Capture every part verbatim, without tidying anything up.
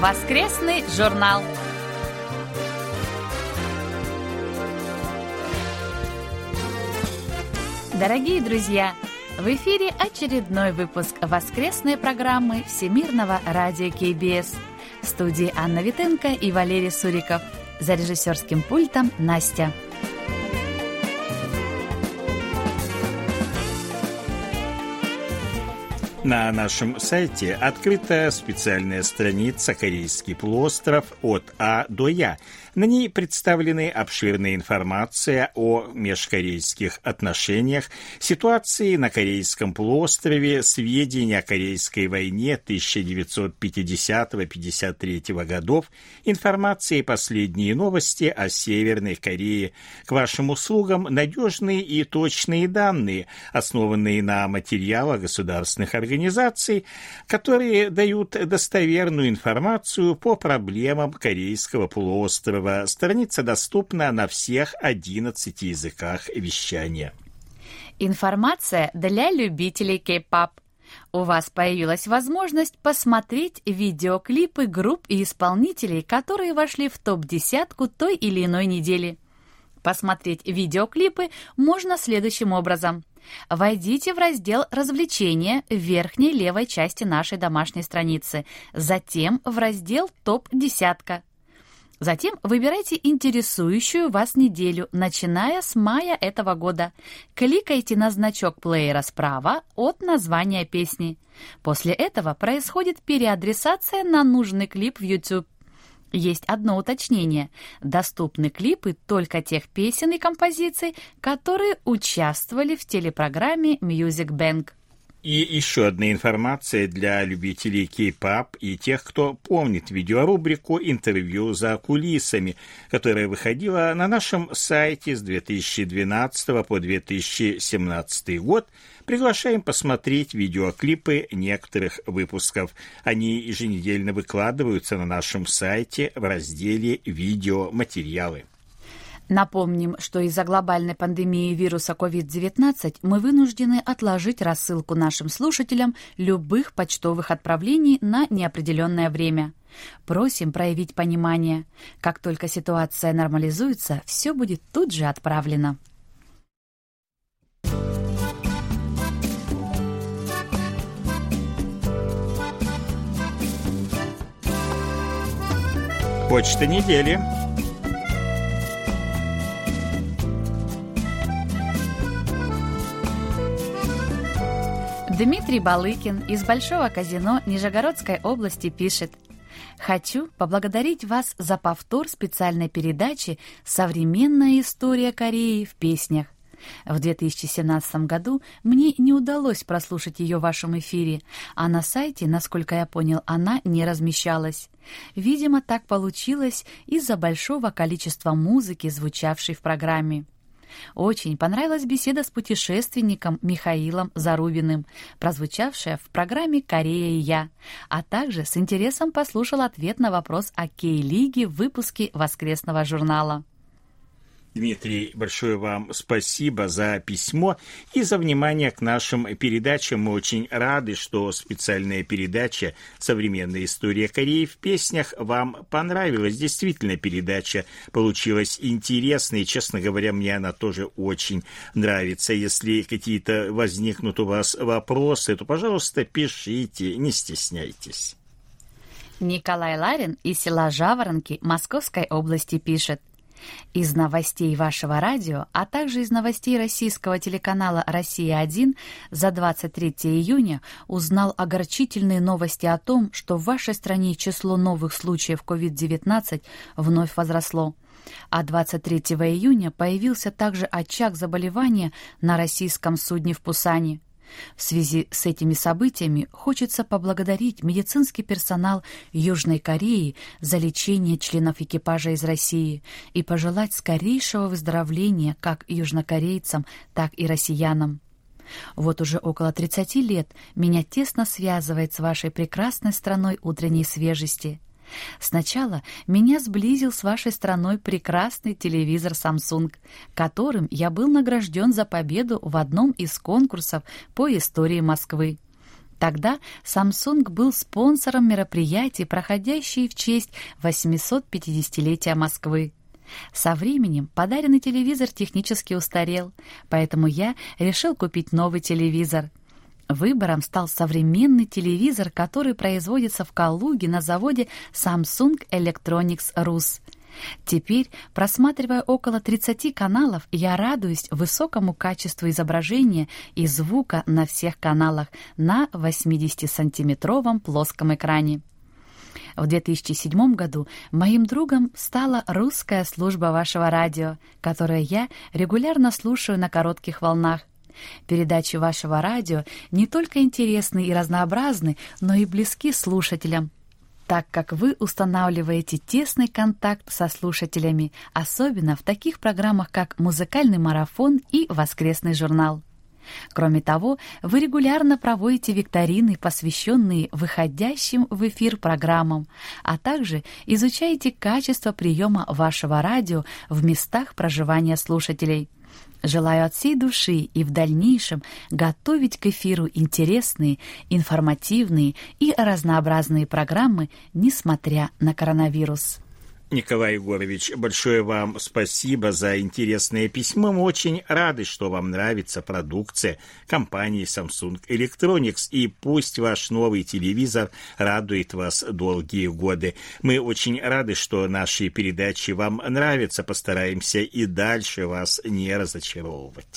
Воскресный журнал. Дорогие друзья, в эфире очередной выпуск воскресной программы Всемирного радио кей би эс. В студии Анна Витенко и Валерий Суриков. За режиссерским пультом Настя. На нашем сайте открыта специальная страница «Корейский полуостров от А до Я». На ней представлены обширная информация о межкорейских отношениях, ситуации на Корейском полуострове, сведения о Корейской войне тысяча девятьсот пятидесятого — пятьдесят третьего годов, информация и последние новости о Северной Корее. К вашим услугам надежные и точные данные, основанные на материалах государственных организаций, которые дают достоверную информацию по проблемам Корейского полуострова. Страница доступна на всех одиннадцати языках вещания. Информация для любителей кей-поп. У вас появилась возможность посмотреть видеоклипы групп и исполнителей, которые вошли в топ-десятку той или иной недели. Посмотреть видеоклипы можно следующим образом. Войдите в раздел «Развлечения» в верхней левой части нашей домашней страницы, затем в раздел «Топ-десятка». Затем выбирайте интересующую вас неделю, начиная с мая этого года. Кликайте на значок плеера справа от названия песни. После этого происходит переадресация на нужный клип в YouTube. Есть одно уточнение. Доступны клипы только тех песен и композиций, которые участвовали в телепрограмме Music Bank. И еще одна информация для любителей кей-поп и тех, кто помнит видеорубрику «Интервью за кулисами», которая выходила на нашем сайте с две тысячи двенадцатого по две тысячи семнадцатый год. Приглашаем посмотреть видеоклипы некоторых выпусков. Они еженедельно выкладываются на нашем сайте в разделе «Видеоматериалы». Напомним, что из-за глобальной пандемии вируса ковид девятнадцать мы вынуждены отложить рассылку нашим слушателям любых почтовых отправлений на неопределенное время. Просим проявить понимание. Как только ситуация нормализуется, все будет тут же отправлено. Почта недели. Дмитрий Балыкин из Большого Казино Нижегородской области пишет: «Хочу поблагодарить вас за повтор специальной передачи «Современная история Кореи в песнях». В две тысячи семнадцатом году мне не удалось прослушать ее в вашем эфире, а на сайте, насколько я понял, она не размещалась. Видимо, так получилось из-за большого количества музыки, звучавшей в программе. Очень понравилась беседа с путешественником Михаилом Зарубиным, прозвучавшая в программе «Корея и я», а также с интересом послушал ответ на вопрос о кей-лиге в выпуске воскресного журнала. Дмитрий, большое вам спасибо за письмо и за внимание к нашим передачам. Мы очень рады, что специальная передача «Современная история Кореи в песнях» вам понравилась. Действительно, передача получилась интересной. Честно говоря, мне она тоже очень нравится. Если какие-то возникнут у вас вопросы, то, пожалуйста, пишите, не стесняйтесь. Николай Ларин из села Жаворонки Московской области пишет: из новостей вашего радио, а также из новостей российского телеканала «Россия-один» за двадцать третьего июня узнал огорчительные новости о том, что в вашей стране число новых случаев ковид девятнадцать вновь возросло. А двадцать третьего июня появился также очаг заболевания на российском судне в Пусане. В связи с этими событиями хочется поблагодарить медицинский персонал Южной Кореи за лечение членов экипажа из России и пожелать скорейшего выздоровления как южнокорейцам, так и россиянам. Вот уже около тридцати лет меня тесно связывает с вашей прекрасной страной утренней свежести. Сначала меня сблизил с вашей страной прекрасный телевизор Samsung, которым я был награжден за победу в одном из конкурсов по истории Москвы. Тогда Samsung был спонсором мероприятий, проходящих в честь восьмисот-пятидесятилетия Москвы. Со временем подаренный телевизор технически устарел, поэтому я решил купить новый телевизор. Выбором стал современный телевизор, который производится в Калуге на заводе Samsung Electronics Rus. Теперь, просматривая около тридцати каналов, я радуюсь высокому качеству изображения и звука на всех каналах на восьмидесятисантиметровом плоском экране. В две тысячи седьмом году моим другом стала русская служба вашего радио, которую я регулярно слушаю на коротких волнах. Передачи вашего радио не только интересны и разнообразны, но и близки слушателям, так как вы устанавливаете тесный контакт со слушателями, особенно в таких программах, как «Музыкальный марафон» и «Воскресный журнал». Кроме того, вы регулярно проводите викторины, посвященные выходящим в эфир программам, а также изучаете качество приема вашего радио в местах проживания слушателей. Желаю от всей души и в дальнейшем готовить к эфиру интересные, информативные и разнообразные программы, несмотря на коронавирус. Николай Егорович, большое вам спасибо за интересное письмо. Мы очень рады, что вам нравится продукция компании Samsung Electronics, и пусть ваш новый телевизор радует вас долгие годы. Мы очень рады, что наши передачи вам нравятся. Постараемся и дальше вас не разочаровывать.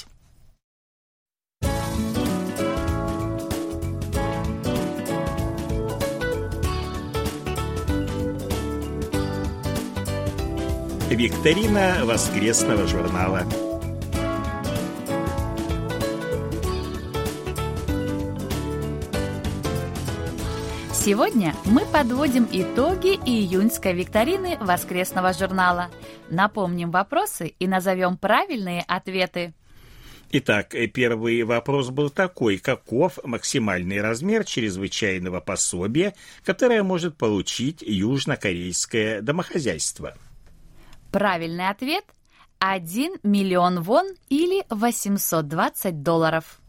Викторина воскресного журнала. Сегодня мы подводим итоги июньской викторины воскресного журнала. Напомним вопросы и назовем правильные ответы. Итак, первый вопрос был такой: каков максимальный размер чрезвычайного пособия, которое может получить южнокорейское домохозяйство? Правильный ответ – один миллион вон или восемьсот двадцать долларов.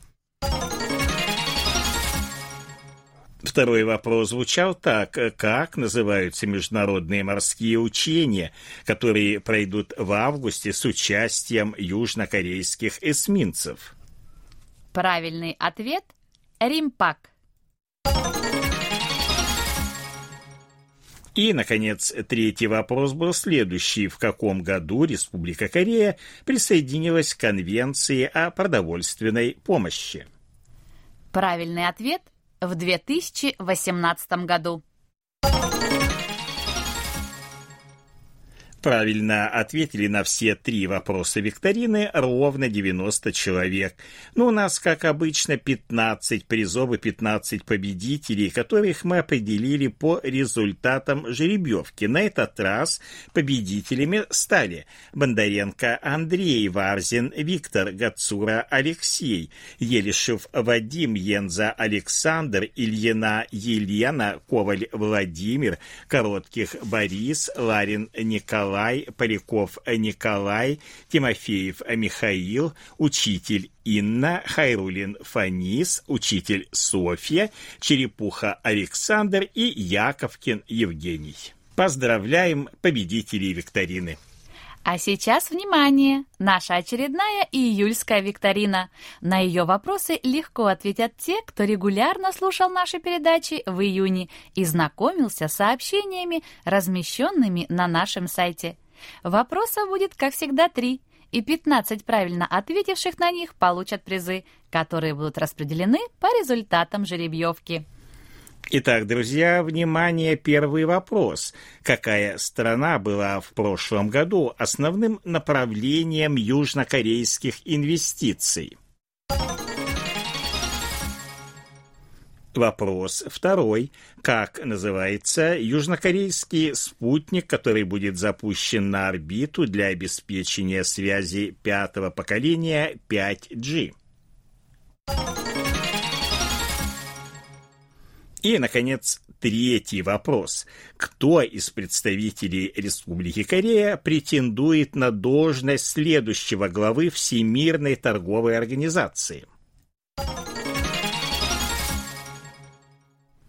Второй вопрос звучал так: как называются международные морские учения, которые пройдут в августе с участием южнокорейских эсминцев? Правильный ответ – Римпак. И, наконец, третий вопрос был следующий: в каком году Республика Корея присоединилась к Конвенции о продовольственной помощи? Правильный ответ – в две тысячи восемнадцатом году. Правильно ответили на все три вопроса викторины ровно девяносто человек. Но у нас, как обычно, пятнадцать призов и пятнадцать победителей, которых мы определили по результатам жеребьевки. На этот раз победителями стали Бондаренко Андрей, Варзин Виктор, Гацура Алексей, Елишев Вадим, Янза Александр, Ильина Елена, Коваль Владимир, Коротких Борис, Ларин Николай, Поляков Николай, Тимофеев Михаил, учитель Инна, Хайрулин Фанис, учитель Софья, Черепуха Александр и Яковкин Евгений. Поздравляем победителей викторины! А сейчас, внимание! Наша очередная июльская викторина. На ее вопросы легко ответят те, кто регулярно слушал наши передачи в июне и знакомился с сообщениями, размещенными на нашем сайте. Вопросов будет, как всегда, три, и пятнадцать правильно ответивших на них получат призы, которые будут распределены по результатам жеребьевки. Итак, друзья, внимание, первый вопрос. Какая страна была в прошлом году основным направлением южнокорейских инвестиций? Вопрос второй. Как называется южнокорейский спутник, который будет запущен на орбиту для обеспечения связи пятого поколения пять джи? И, наконец, третий вопрос. Кто из представителей Республики Корея претендует на должность следующего главы Всемирной торговой организации?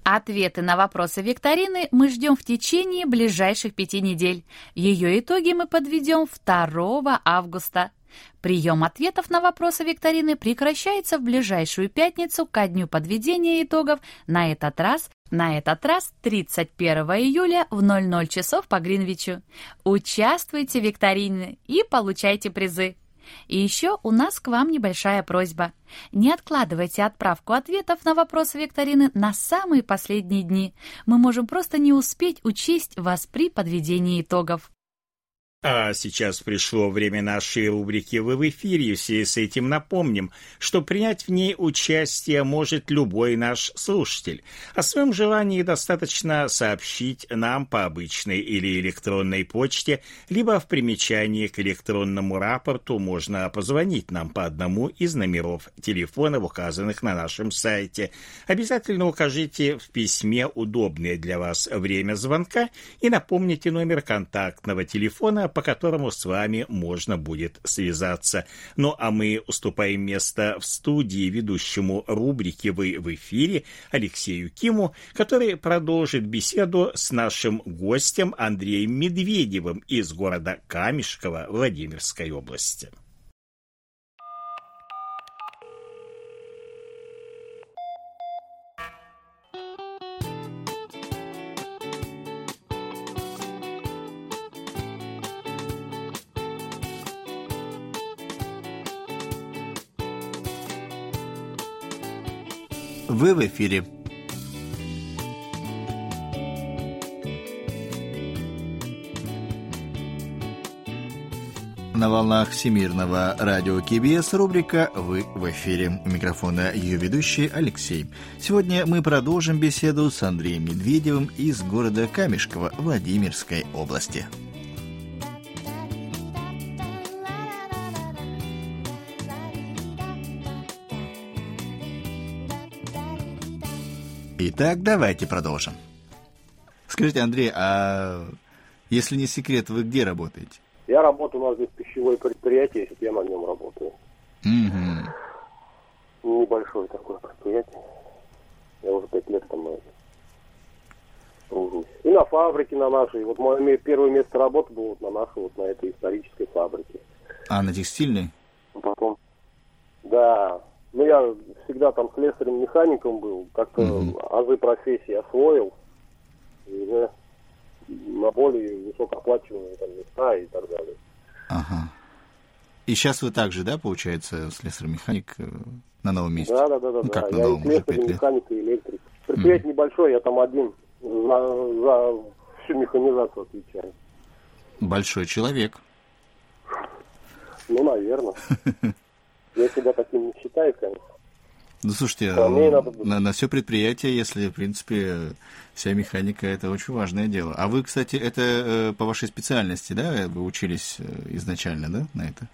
Ответы на вопросы викторины мы ждем в течение ближайших пяти недель. Ее итоги мы подведем второго августа. Прием ответов на вопросы викторины прекращается в ближайшую пятницу ко дню подведения итогов, на этот раз, на этот раз тридцать первого июля в ноль ноль часов по Гринвичу. Участвуйте в викторине и получайте призы. И еще у нас к вам небольшая просьба. Не откладывайте отправку ответов на вопросы викторины на самые последние дни. Мы можем просто не успеть учесть вас при подведении итогов. А сейчас пришло время нашей рубрики «Вы в эфире». В связи с этим напомним, что принять в ней участие может любой наш слушатель. О своем желании достаточно сообщить нам по обычной или электронной почте, либо в примечании к электронному рапорту можно позвонить нам по одному из номеров телефонов, указанных на нашем сайте. Обязательно укажите в письме удобное для вас время звонка и напомните номер контактного телефона, по которому с вами можно будет связаться. Ну а мы уступаем место в студии ведущему рубрики «Вы в эфире» Алексею Киму, который продолжит беседу с нашим гостем Андреем Медведевым из города Камешково Владимирской области. Вы в эфире. На волнах Всемирного радио КБС рубрика «Вы в эфире». У микрофона ее ведущий Алексей. Сегодня мы продолжим беседу с Андреем Медведевым из города Камешково Владимирской области. Итак, давайте продолжим. Скажите, Андрей, а если не секрет, вы где работаете? Я работаю, у нас здесь пищевое предприятие, если я на нем работаю. Угу. Небольшое такое предприятие. Я уже пять лет там тружусь. И на фабрике на нашей. Вот мое первое место работы было вот на нашей, вот на этой исторической фабрике. А, на текстильной? Потом, да. Ну, я всегда там слесарем-механиком был, как-то угу. азы профессии освоил, и уже на более высокооплачиваемые там места и так далее. Ага. И сейчас вы также, да, получается, слесарь-механик на новом месте? Да, да, да, да. Ну, как да. на Я новом, и слесарь, и механик, и электрик. Предприятие угу. небольшое, я там один за, за всю механизацию отвечаю. Большой человек. Ну, наверное. Я себя таким не считаю, конечно. Ну, слушайте, а надо... на, на все предприятие, если, в принципе, вся механика, это очень важное дело. А вы, кстати, это э, по вашей специальности, да, вы учились изначально, да, на это?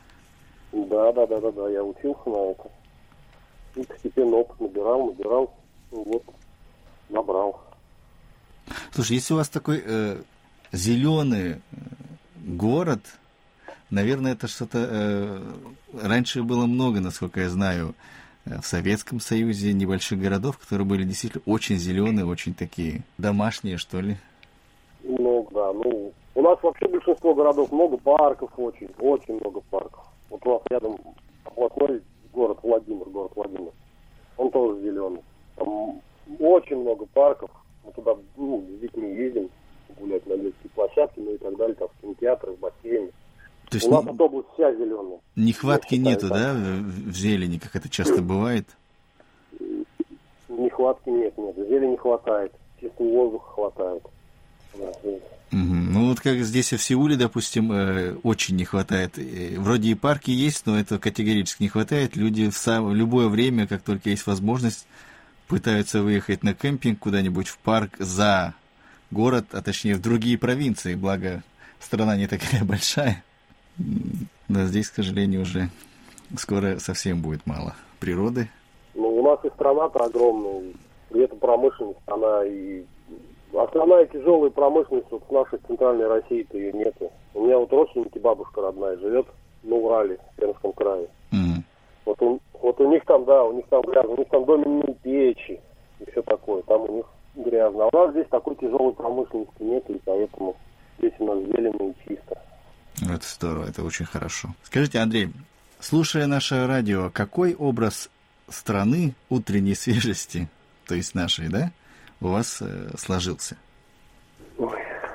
Да, да, да, да, да, я учился на это. И постепенно опыт набирал, набирал, ну, вот, набрал. Слушай, если у вас такой э, зеленый город, наверное, это что-то... Э, раньше было много, насколько я знаю, в Советском Союзе небольших городов, которые были действительно очень зеленые, очень такие домашние, что ли. Ну, да, ну... У нас вообще большинство городов, много парков очень, очень много парков. Вот у нас рядом областной город Владимир, город Владимир. Он тоже зеленый. Там очень много парков. Мы туда, ну, с детьми ездим гулять на детские площадки, ну и так далее, там в кинотеатры, в бассейны. То есть у нас не, эта область вся зеленая. Нехватки считаю, нету, да, в, в зелени, как это часто бывает? Нехватки нет, нет. Зелени хватает, чистого воздуха хватает. Угу. Ну вот как здесь в Сеуле, допустим, э, очень не хватает. Вроде и парки есть, но этого категорически не хватает. Люди в, сам, в любое время, как только есть возможность, пытаются выехать на кемпинг куда-нибудь в парк за город, а точнее в другие провинции, благо страна не такая большая. Да, здесь, к сожалению, уже скоро совсем будет мало природы. Ну, у нас и страна-то огромная, и это промышленность, она и... Основная тяжелая промышленность вот в нашей центральной России-то ее нету. У меня вот родственники, бабушка родная, живет на Урале, в Пермском крае. Mm. Вот, у, вот у них там, да, у них там грязно, у них там доменные печи, и все такое. Там у них грязно. А у нас здесь такой тяжелой промышленности нет, и поэтому здесь у нас зелено и чисто. Это здорово, это очень хорошо. Скажите, Андрей, слушая наше радио, какой образ страны утренней свежести, то есть нашей, да, у вас э, сложился? Ой.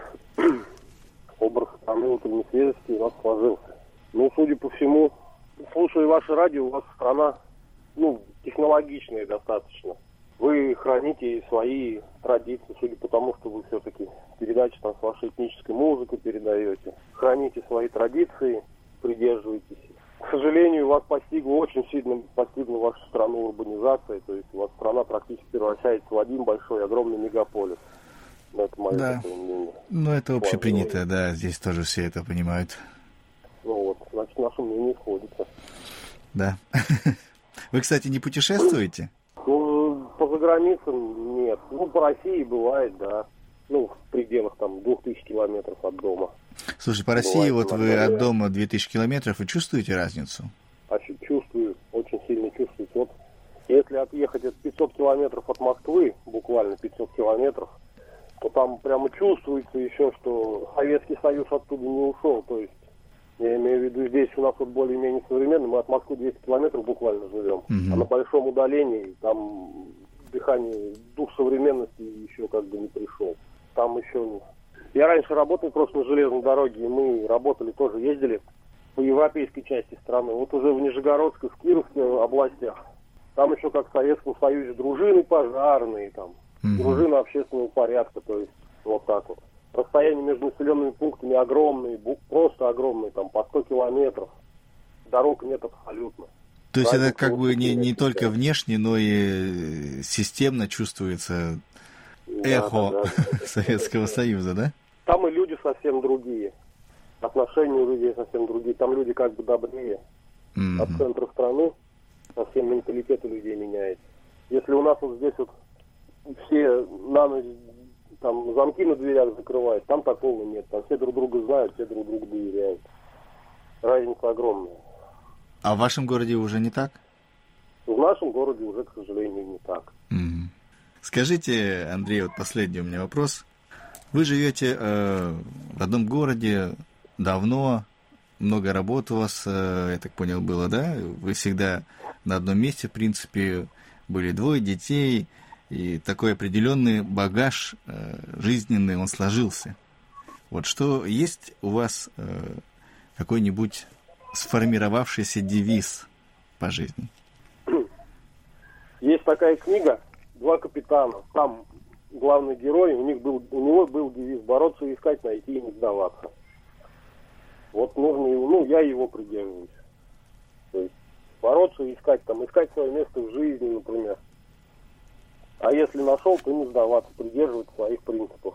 Образ страны утренней свежести у нас сложился. Ну, судя по всему, слушая ваше радио, у вас страна, ну, технологичная достаточно. Вы храните свои традиции, судя по тому, что вы все-таки передачи там с вашей этнической музыкой передаете. Храните свои традиции, придерживаетесь. К сожалению, вас постигла, очень сильно постигла вашу страну урбанизация, то есть у вас страна практически превращается в один большой, огромный мегаполис. Это мое да. такое мнение. Ну, это общепринято, да, здесь тоже все это понимают. Ну вот, значит, наше мнение сходится. Да. Вы, кстати, не путешествуете? Ну, по заграницам нет. Ну, по России бывает, да. Ну, в пределах там двух тысяч километров от дома. Слушай, по России бывает, вот вы от дома две тысячи километров, вы чувствуете разницу? А чувствую, очень сильно чувствую. Вот если отъехать от пятьсот километров от Москвы, буквально пятьсот километров, то там прямо чувствуется еще, что Советский Союз оттуда не ушел. То есть, я имею в виду, здесь у нас вот более-менее современно, мы от Москвы двести километров буквально живем, uh-huh. а на большом удалении там дыхание, дух современности еще как бы не пришел. Там еще... Я раньше работал просто на железной дороге, и мы работали тоже, ездили по европейской части страны. Вот уже в Нижегородской, в Кировской областях, там еще как в Советском Союзе дружины пожарные, там, uh-huh. дружины общественного порядка, то есть вот так вот. Расстояние между населенными пунктами огромные, просто огромные, там по сто километров. Дорог нет абсолютно. То есть это как бы не, не только внешне, но и системно чувствуется эхо да, да, да. Советского Союза, да? Там и люди совсем другие. Отношения у людей совсем другие. Там люди как бы добрее. Mm-hmm. От центра страны совсем менталитет у людей меняется. Если у нас вот здесь вот все на ночь там замки на дверях закрывают, там такого нет. Там все друг друга знают, все друг другу доверяют. Разница огромная. А в вашем городе уже не так? В нашем городе уже, к сожалению, не так. Mm-hmm. Скажите, Андрей, вот последний у меня вопрос. Вы живете э, в одном городе давно, много работ у вас, э, я так понял, было, да? Вы всегда на одном месте, в принципе, были двое детей, и такой определенный багаж э, жизненный, он сложился. Вот что есть у вас э, какой-нибудь сформировавшийся девиз по жизни? Есть такая книга «Два капитана». Там главный герой, у них был, у него был девиз бороться, искать, найти и не сдаваться. Вот нужно его, ну, я его придерживаюсь. То есть бороться, искать, там, искать свое место в жизни, например. А если нашел, то не сдаваться, придерживаться своих принципов.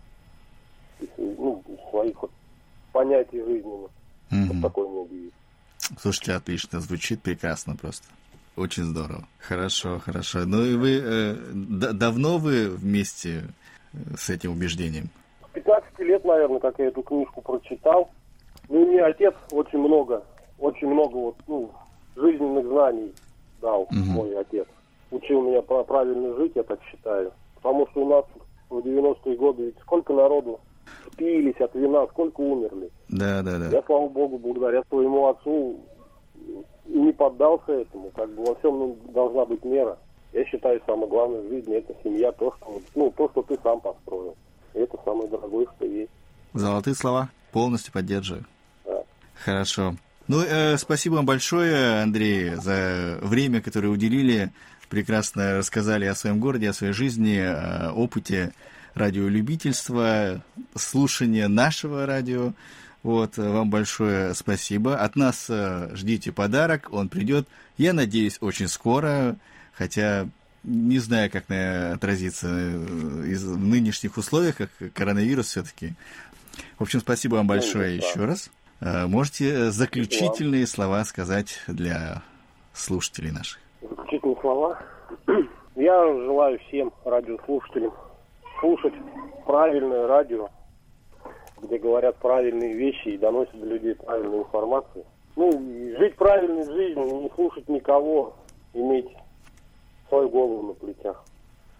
Ну, своих вот понятий жизненных. Mm-hmm. Вот такой у меня девиз. Слушайте, отлично, звучит прекрасно просто. Очень здорово. Хорошо, хорошо. Ну и вы, э, д- давно вы вместе с этим убеждением? С пятнадцати лет, наверное, как я эту книжку прочитал. Ну, мне отец очень много, очень много вот, ну, жизненных знаний дал, угу. мой отец. Учил меня правильно жить, я так считаю. Потому что у нас в девяностые годы ведь сколько народу спились от вина, сколько умерли. Да, да, да. Я, слава богу, благодаря своему отцу не поддался этому. Как бы во всем ну, должна быть мера. Я считаю, самое главное в жизни — это семья, то, что, ну, то, что ты сам построил. И это самое дорогое, что есть. Золотые слова. Полностью поддерживаю. Да. Хорошо. Ну, э, спасибо вам большое, Андрей, за время, которое уделили. Прекрасно рассказали о своем городе, о своей жизни, о опыте радиолюбительства, слушания нашего радио. Вот, вам большое спасибо. От нас ждите подарок, он придет, я надеюсь, очень скоро, хотя не знаю, как отразится из в нынешних условиях, как коронавирус все-таки. В общем, спасибо вам большое еще раз. Можете заключительные слова сказать для слушателей наших? Заключительные слова? Я желаю всем радиослушателям слушать правильное радио, где говорят правильные вещи и доносят до людей правильную информацию. Ну, жить правильной жизнью, не слушать никого, иметь свою голову на плечах.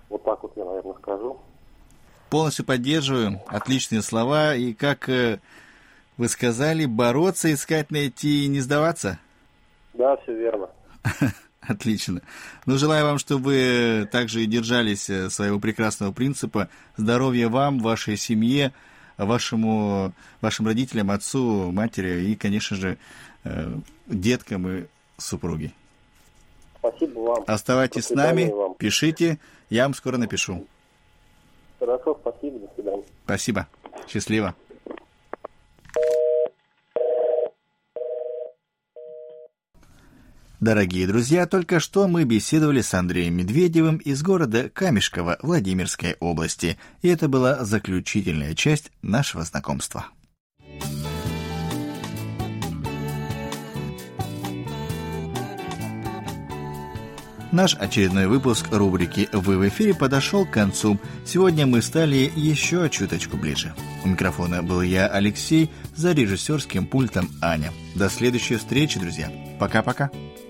Вот так вот я, наверное, скажу. Полностью поддерживаю. Отличные слова. И как э, вы сказали, бороться, искать, найти и не сдаваться? Да, все верно. Отлично. Ну, желаю вам, чтобы вы также и держались своего прекрасного принципа. Здоровья вам, вашей семье, вашему, вашим родителям, отцу, матери и, конечно же, деткам и супруге. Спасибо вам. Оставайтесь с нами, вам. Пишите, я вам скоро напишу. Хорошо, спасибо, до свидания. Спасибо, счастливо. Дорогие друзья, только что мы беседовали с Андреем Медведевым из города Камешково Владимирской области, и это была заключительная часть нашего знакомства. Наш очередной выпуск рубрики «Вы в эфире» подошел к концу. Сегодня мы стали еще чуточку ближе. У микрофона был я, Алексей, за режиссерским пультом Аня. До следующей встречи, друзья. Пока-пока.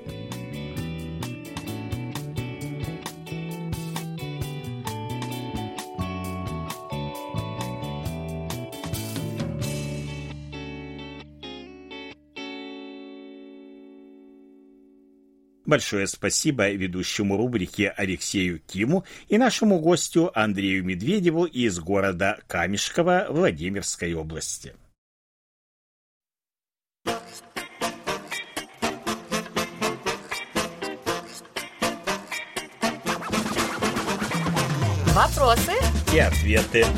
Большое спасибо ведущему рубрики Алексею Киму и нашему гостю Андрею Медведеву из города Камешково Владимирской области. Вопросы и ответы.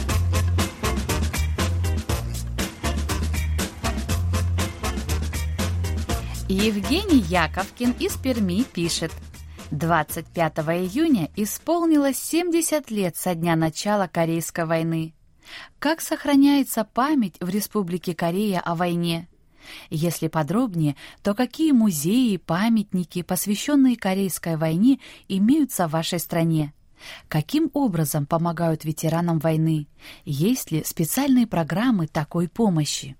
Евгений Яковкин из Перми пишет. двадцать пятого июня исполнилось семьдесят лет со дня начала Корейской войны. Как сохраняется память в Республике Корея о войне? Если подробнее, то какие музеи, памятники, посвященные Корейской войне, имеются в вашей стране? Каким образом помогают ветеранам войны? Есть ли специальные программы такой помощи?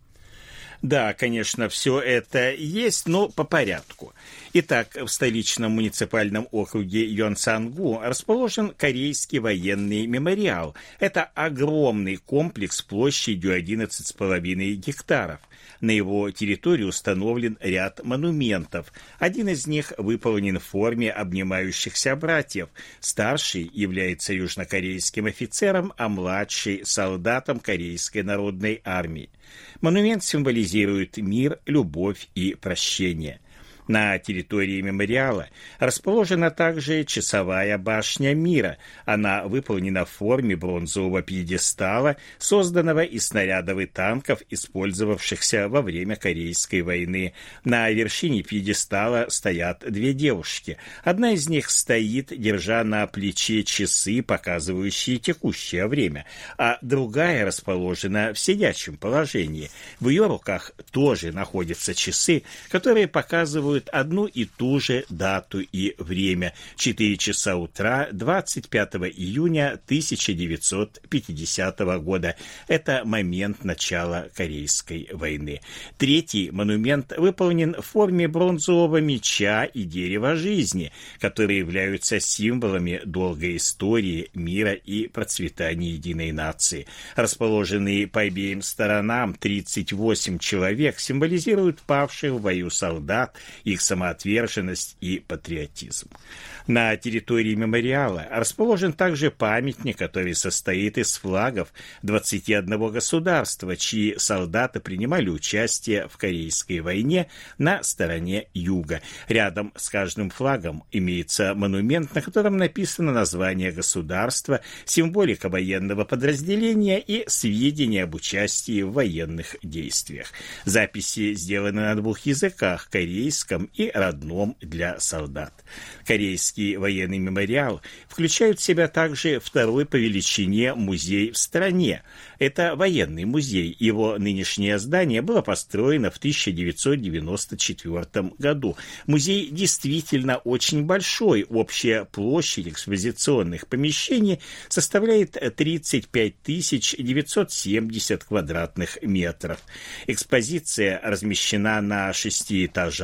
Да, конечно, все это есть, но по порядку. Итак, в столичном муниципальном округе Йонсангу расположен Корейский военный мемориал. Это огромный комплекс площадью одиннадцать с половиной гектаров. На его территории установлен ряд монументов. Один из них выполнен в форме обнимающихся братьев. Старший является южнокорейским офицером, а младший – солдатом Корейской народной армии. Монумент символизирует мир, любовь и прощение. На территории мемориала расположена также часовая башня мира. Она выполнена в форме бронзового пьедестала, созданного из снарядов и танков, использовавшихся во время Корейской войны. На вершине пьедестала стоят две девушки. Одна из них стоит, держа на плече часы, показывающие текущее время, а другая расположена в сидячем положении. В ее руках тоже находятся часы, которые показывают одну и ту же дату и время. четыре часа утра двадцать пятого июня тысяча девятьсот пятидесятого года. Это момент начала Корейской войны. Третий монумент выполнен в форме бронзового меча и дерева жизни, которые являются символами долгой истории, мира и процветания единой нации. Расположенные по обеим сторонам тридцать восемь человек символизируют павших в бою солдат, их самоотверженность и патриотизм. На территории мемориала расположен также памятник, который состоит из флагов двадцати одного государства, чьи солдаты принимали участие в Корейской войне на стороне юга. Рядом с каждым флагом имеется монумент, на котором написано название государства, символика военного подразделения и сведения об участии в военных действиях. Записи сделаны на двух языках – корейском и родном для солдат. Корейский военный мемориал включает в себя также второй по величине музей в стране. Это военный музей. Его нынешнее здание было построено в тысяча девятьсот девяносто четвёртом году. Музей действительно очень большой. Общая площадь экспозиционных помещений составляет тридцать пять тысяч девятьсот семьдесят квадратных метров. Экспозиция размещена на шести этажах, двух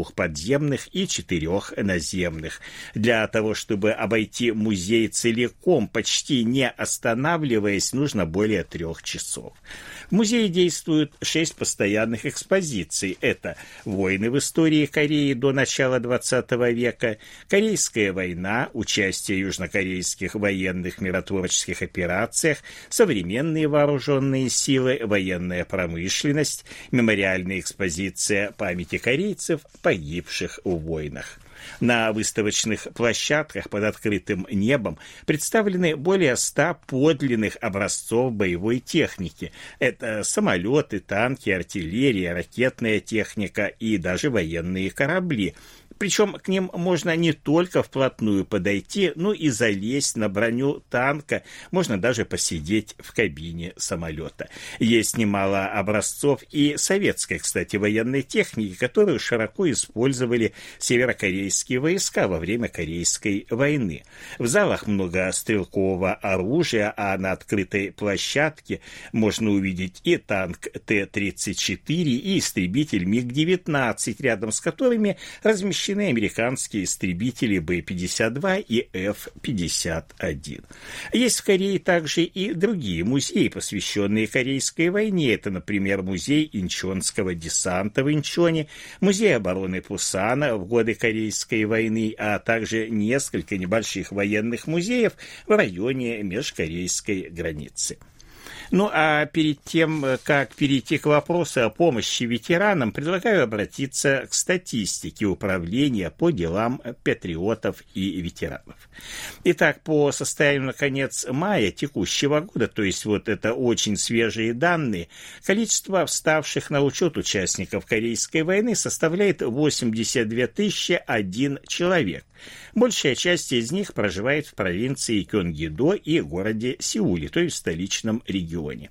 двух подземных и четырех наземных. Для того, чтобы обойти музей целиком, почти не останавливаясь, нужно более трех часов. В музее действуют шесть постоянных экспозиций. Это войны в истории Кореи до начала двадцатого века, Корейская война, участие южнокорейских военных миротворческих операциях, современные вооруженные силы, военная промышленность, мемориальная экспозиция памяти корейцев, погибших в войнах. На выставочных площадках под открытым небом представлены более ста подлинных образцов боевой техники. Это самолеты, танки, артиллерия, ракетная техника и даже военные корабли. Причем к ним можно не только вплотную подойти, но и залезть на броню танка, можно даже посидеть в кабине самолета. Есть немало образцов и советской, кстати, военной техники, которую широко использовали северокорейские войска во время Корейской войны. В залах много стрелкового оружия, а на открытой площадке можно увидеть и танк Т тридцать четыре, и истребитель Миг девятнадцать, рядом с которыми размещены американские истребители Бэ пятьдесят два и Эф пятьдесят один. Есть в Корее также и другие музеи, посвященные Корейской войне. Это, например, музей инчонского десанта в Инчоне, музей обороны Пусана в годы Корейской войны, а также несколько небольших военных музеев в районе межкорейской границы. Ну а перед тем, как перейти к вопросу о помощи ветеранам, предлагаю обратиться к статистике Управления по делам патриотов и ветеранов. Итак, по состоянию на конец мая текущего года, то есть вот это очень свежие данные, количество вставших на учет участников Корейской войны составляет восемьдесят две тысячи один человек. Большая часть из них проживает в провинции Кёнгидо и городе Сеуле, то есть в столичном регионе.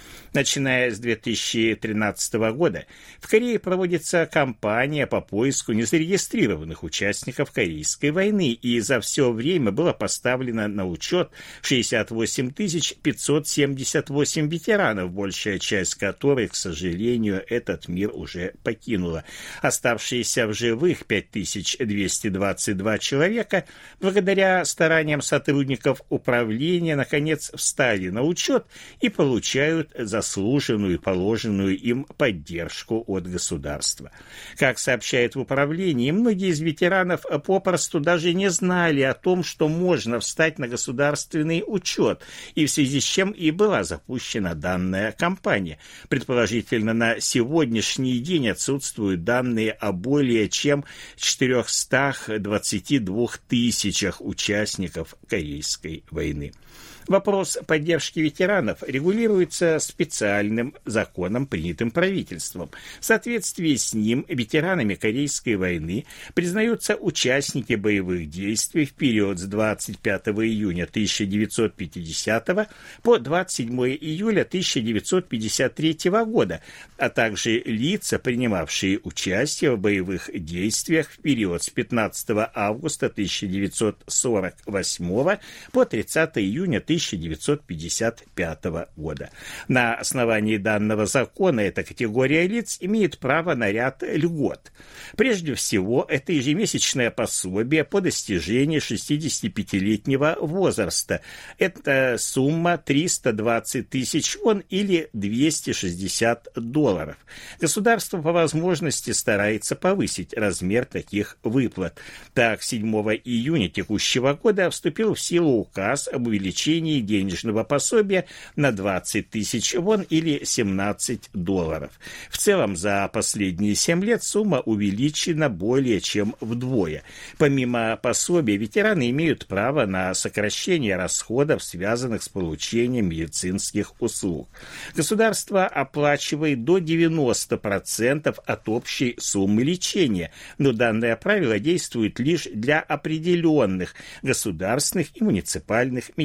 Начиная с две тысячи тринадцатого года в Корее проводится кампания по поиску незарегистрированных участников Корейской войны, и за все время было поставлено на учет шестьдесят восемь тысяч пятьсот семьдесят восемь ветеранов, большая часть которых, к сожалению, этот мир уже покинула. Оставшиеся в живых пять тысяч двести двадцать два человека, благодаря стараниям сотрудников управления, наконец встали на учет и получают за заслуженную и положенную им поддержку от государства. Как сообщают в управлении, многие из ветеранов попросту даже не знали о том, что можно встать на государственный учет, и в связи с чем и была запущена данная кампания. Предположительно, на сегодняшний день отсутствуют данные о более чем четырехстах двадцати двух тысячах участников Корейской войны. Вопрос поддержки ветеранов регулируется специальным законом, принятым правительством. В соответствии с ним ветеранами Корейской войны признаются участники боевых действий в период с двадцать пятого июня тысяча девятьсот пятидесятого по двадцать седьмого июля тысяча девятьсот пятьдесят третьего года, а также лица, принимавшие участие в боевых действиях в период с пятнадцатого августа тысяча девятьсот сорок восьмого по тридцатого июня тысяча девятьсот пятьдесят пятого года. На основании данного закона эта категория лиц имеет право на ряд льгот. Прежде всего, это ежемесячное пособие по достижении шестидесятипятилетнего возраста. Это сумма триста двадцать тысяч вон или двести шестьдесят долларов. Государство по возможности старается повысить размер таких выплат. Так, седьмого июня текущего года вступил в силу указ об увеличении денежного пособия на двадцать тысяч вон или семнадцать долларов. В целом, за последние семь лет сумма увеличена более чем вдвое. Помимо пособия, ветераны имеют право на сокращение расходов, связанных с получением медицинских услуг. Государство оплачивает до девяноста процентов от общей суммы лечения, но данное правило действует лишь для определенных государственных и муниципальных медицинских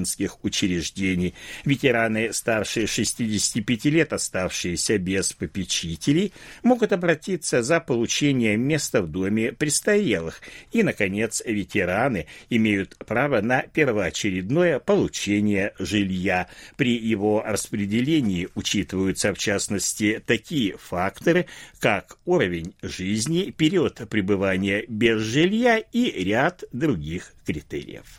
медицинских учреждений. Ветераны старше шестидесяти пяти лет, оставшиеся без попечителей, могут обратиться за получением места в доме престарелых. И, наконец, ветераны имеют право на первоочередное получение жилья. При его распределении учитываются, в частности, такие факторы, как уровень жизни, период пребывания без жилья и ряд других критериев.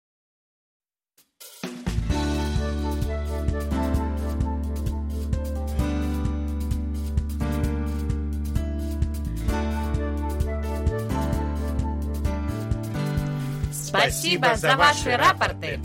Спасибо за ваши рапорты!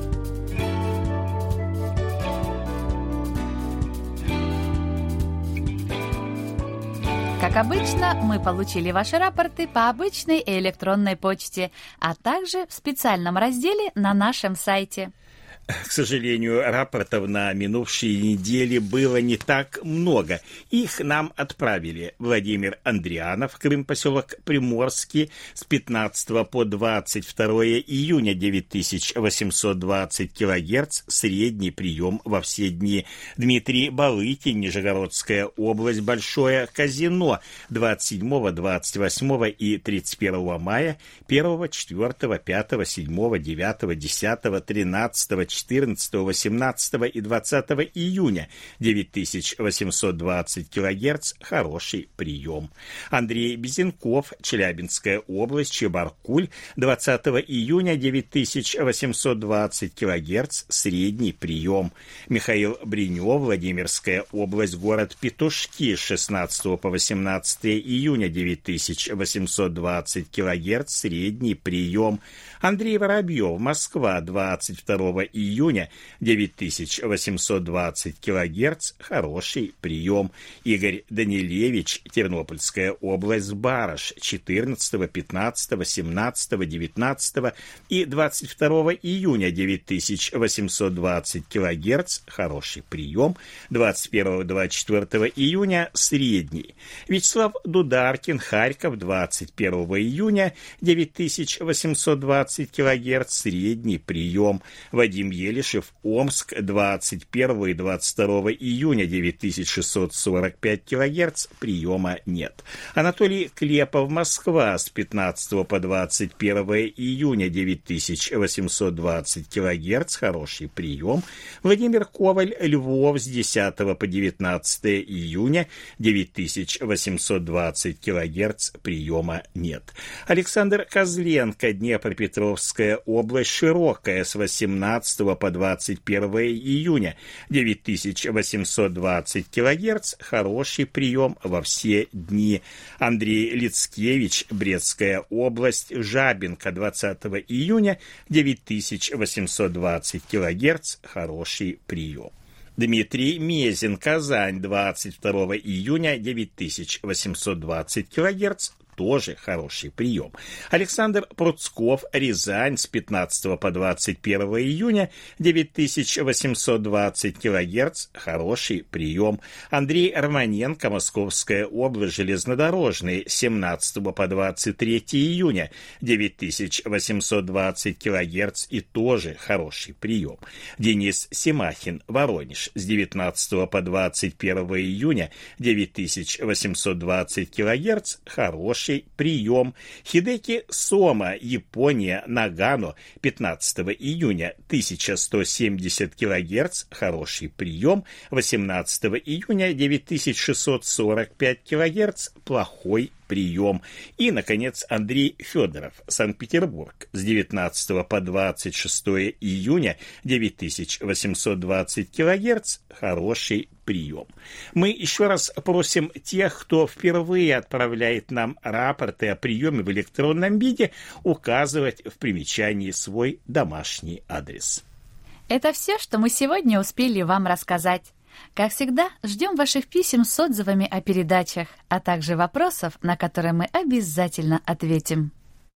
Как обычно, мы получили ваши рапорты по обычной и электронной почте, а также в специальном разделе на нашем сайте. К сожалению, рапортов на минувшей неделе было не так много. Их нам отправили Владимир Андрианов, Крым, поселок Приморский, с пятнадцатого по двадцать второе июня, девять тысяч восемьсот двадцать килогерц, средний прием во все дни. Дмитрий Балыкин, Нижегородская область, Большое Казино, двадцать седьмого, двадцать восьмого и тридцать первого мая, первого, четвёртого, пятого, седьмого, девятого, десятого, тринадцатого, четырнадцатого, восемнадцатого и двадцатого июня, девять тысяч восемьсот двадцать килогерц, хороший прием. Андрей Безенков, Челябинская область, Чебаркуль, двадцатого июня, девять тысяч восемьсот двадцать килогерц, средний прием. Михаил Бринев, Владимирская область, город Петушки, шестнадцатого по восемнадцатое июня, девять тысяч восемьсот двадцать килогерц, средний прием. Андрей Воробьев, Москва, двадцать второго июня, девять тысяч восемьсот двадцать килогерц, хороший прием. Игорь Данилевич, Тернопольская область, Барыш, четырнадцатого, пятнадцатого, семнадцатого, девятнадцатого и двадцать второго июня, девять тысяч восемьсот двадцать килогерц, хороший прием. двадцать первого, двадцать четвёртого июня, средний. Вячеслав Дударкин, Харьков, двадцать первого июня, девять тысяч восемьсот двадцать килогерц, средний прием. Вадим Елишев, Омск, двадцать первого и двадцать второго июня, девять тысяч шестьсот сорок пять килогерц, приема нет. Анатолий Клепов, Москва, с пятнадцатого по двадцать первое июня, девять тысяч восемьсот двадцать килогерц, хороший прием. Владимир Коваль, Львов, с десятого по девятнадцатое июня, девять тысяч восемьсот двадцать килогерц, приема нет. Александр Козленко, Днепропетровская область, Широкая, с восемнадцатого по двадцать первое июня, девять тысяч восемьсот двадцать килогерц, хороший прием во все дни. Андрей Лицкевич, Брестская область, Жабинка, двадцатого июня, девять тысяч восемьсот двадцать килогерц, хороший прием. Дмитрий Мезин, Казань, двадцать второго июня, девять тысяч восемьсот двадцать килогерц, тоже хороший прием. Александр Пруцков, Рязань, с пятнадцатого по двадцать первое июня, девять тысяч восемьсот двадцать килогерц, хороший прием. Андрей Романенко, Московская область, железнодорожный, с семнадцатого по двадцать третье июня, девять тысяч восемьсот двадцать килогерц, и тоже хороший прием. Денис Семахин, Воронеж, с девятнадцатого по двадцать первое июня, девять тысяч восемьсот двадцать килогерц, хороший прием. Хидеки Сома, Япония, Нагано, пятнадцатого июня, тысяча сто семьдесят килогерц, хороший прием. восемнадцатого июня, девять тысяч шестьсот сорок пять килогерц, плохой прием. И, наконец, Андрей Федоров, Санкт-Петербург, с девятнадцатого по двадцать шестое июня, девять тысяч восемьсот двадцать килогерц, хороший прием. Мы еще раз просим тех, кто впервые отправляет нам рапорты о приеме в электронном виде, указывать в примечании свой домашний адрес. Это все, что мы сегодня успели вам рассказать. Как всегда, ждем ваших писем с отзывами о передачах, а также вопросов, на которые мы обязательно ответим.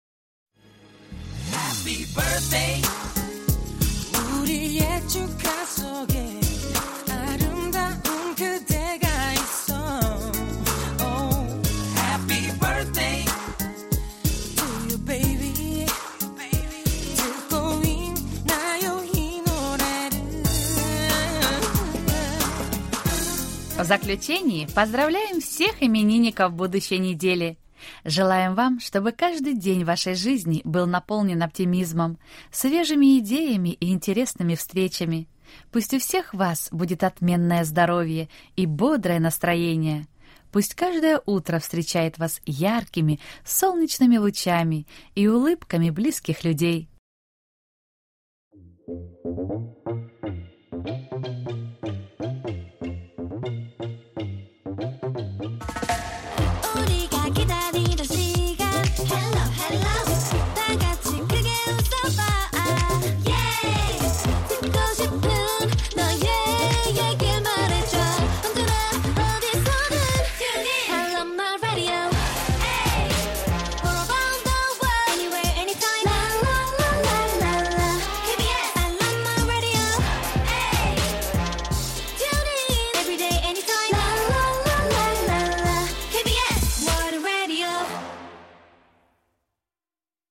Happy birthday. 우리의 축하 속에 아름다운 그대가 있어. Oh, happy birthday to you, baby. 듣고 있나요 이 В заключении поздравляем всех именинников будущей недели. Желаем вам, чтобы каждый день вашей жизни был наполнен оптимизмом, свежими идеями и интересными встречами. Пусть у всех вас будет отменное здоровье и бодрое настроение. Пусть каждое утро встречает вас яркими, солнечными лучами и улыбками близких людей.